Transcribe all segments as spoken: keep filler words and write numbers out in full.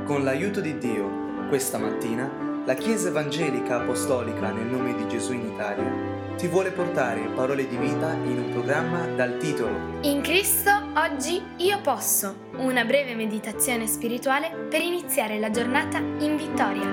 Con l'aiuto di Dio, questa mattina, la Chiesa Evangelica Apostolica nel nome di Gesù in Italia ti vuole portare parole di vita in un programma dal titolo In Cristo oggi io posso, una breve meditazione spirituale per iniziare la giornata in vittoria.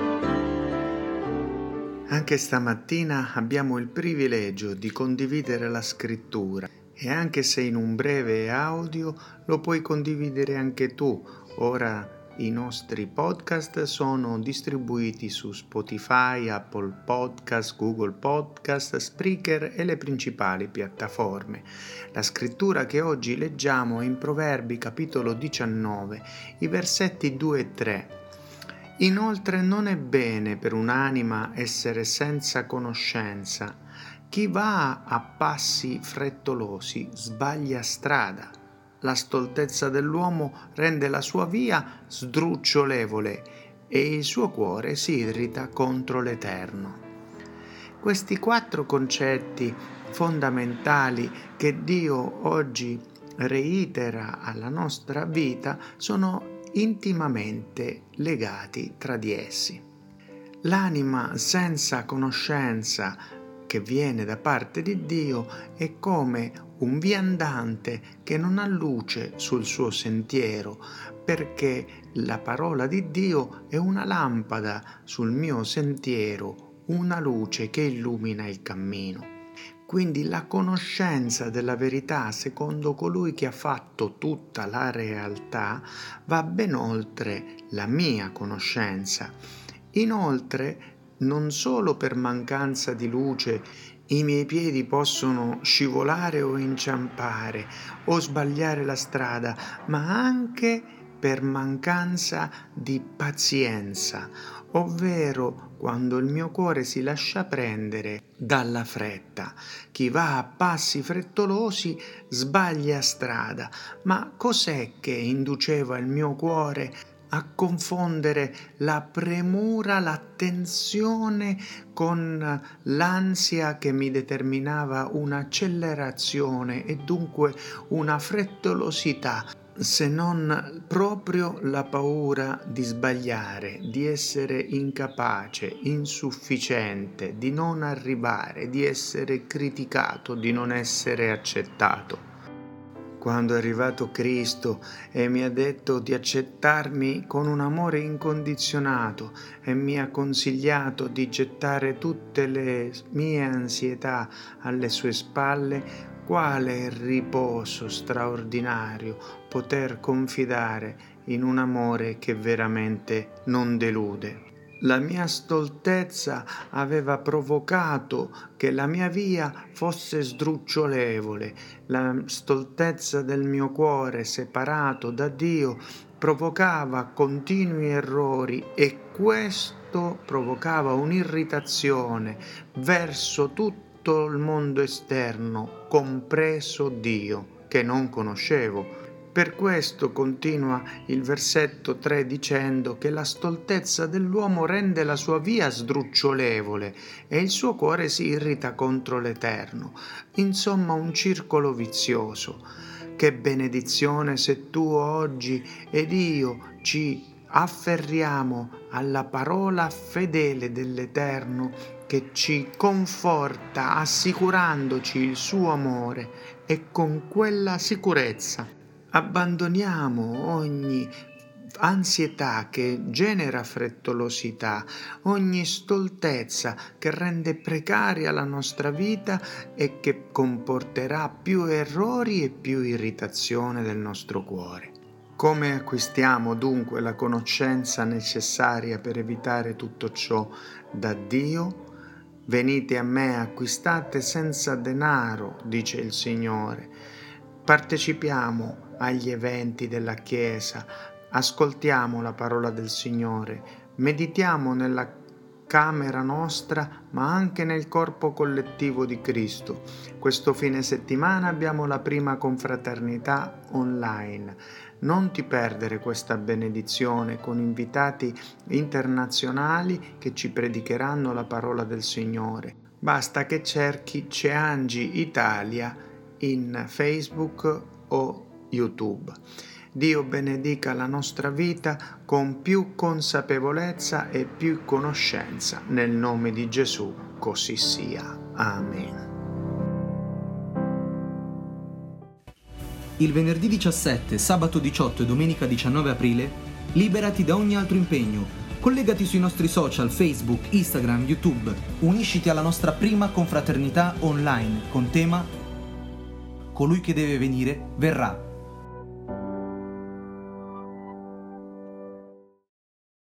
Anche stamattina abbiamo il privilegio di condividere la scrittura e anche se in un breve audio lo puoi condividere anche tu. Ora i nostri podcast sono distribuiti su Spotify, Apple Podcast, Google Podcast, Spreaker e le principali piattaforme. La scrittura che oggi leggiamo è in Proverbi capitolo diciannove, i versetti due e tre. Inoltre non è bene per un'anima essere senza conoscenza. Chi va a passi frettolosi sbaglia strada. La stoltezza dell'uomo rende la sua via sdrucciolevole e il suo cuore si irrita contro l'Eterno. Questi quattro concetti fondamentali che Dio oggi reitera alla nostra vita sono intimamente legati tra di essi. L'anima senza conoscenza che viene da parte di Dio è come un viandante che non ha luce sul suo sentiero, perché la parola di Dio è una lampada sul mio sentiero, una luce che illumina il cammino. Quindi la conoscenza della verità secondo colui che ha fatto tutta la realtà va ben oltre la mia conoscenza. Inoltre, non solo per mancanza di luce i miei piedi possono scivolare o inciampare o sbagliare la strada, ma anche per mancanza di pazienza, ovvero quando il mio cuore si lascia prendere dalla fretta. Chi va a passi frettolosi sbaglia strada. Ma cos'è che induceva il mio cuore a confondere la premura, l'attenzione con l'ansia che mi determinava un'accelerazione e dunque una frettolosità, se non proprio la paura di sbagliare, di essere incapace, insufficiente, di non arrivare, di essere criticato, di non essere accettato. Quando è arrivato Cristo e mi ha detto di accettarmi con un amore incondizionato e mi ha consigliato di gettare tutte le mie ansietà alle sue spalle, quale riposo straordinario poter confidare in un amore che veramente non delude. La mia stoltezza aveva provocato che la mia via fosse sdrucciolevole. La stoltezza del mio cuore separato da Dio provocava continui errori e questo provocava un'irritazione verso tutto il mondo esterno, compreso Dio, che non conoscevo. Per questo continua il versetto tre dicendo che la stoltezza dell'uomo rende la sua via sdrucciolevole e il suo cuore si irrita contro l'Eterno. Insomma, un circolo vizioso. Che benedizione se tu oggi ed io ci afferriamo alla parola fedele dell'Eterno che ci conforta assicurandoci il suo amore e con quella sicurezza abbandoniamo ogni ansietà che genera frettolosità, ogni stoltezza che rende precaria la nostra vita e che comporterà più errori e più irritazione del nostro cuore. Come acquistiamo dunque la conoscenza necessaria per evitare tutto ciò da Dio? Venite a me, acquistate senza denaro, dice il Signore. Partecipiamo agli eventi della Chiesa, ascoltiamo la parola del Signore, meditiamo nella camera nostra, ma anche nel corpo collettivo di Cristo. Questo fine settimana abbiamo la prima confraternità online. Non ti perdere questa benedizione con invitati internazionali che ci predicheranno la parola del Signore. Basta che cerchi Ceangi Italia in Facebook o YouTube. Dio benedica la nostra vita con più consapevolezza e più conoscenza. Nel nome di Gesù, così sia. Amen. Il venerdì diciassette, sabato diciotto e domenica diciannove aprile, liberati da ogni altro impegno. Collegati sui nostri social, Facebook, Instagram, YouTube. Unisciti alla nostra prima confraternità online con tema Colui che deve venire, verrà.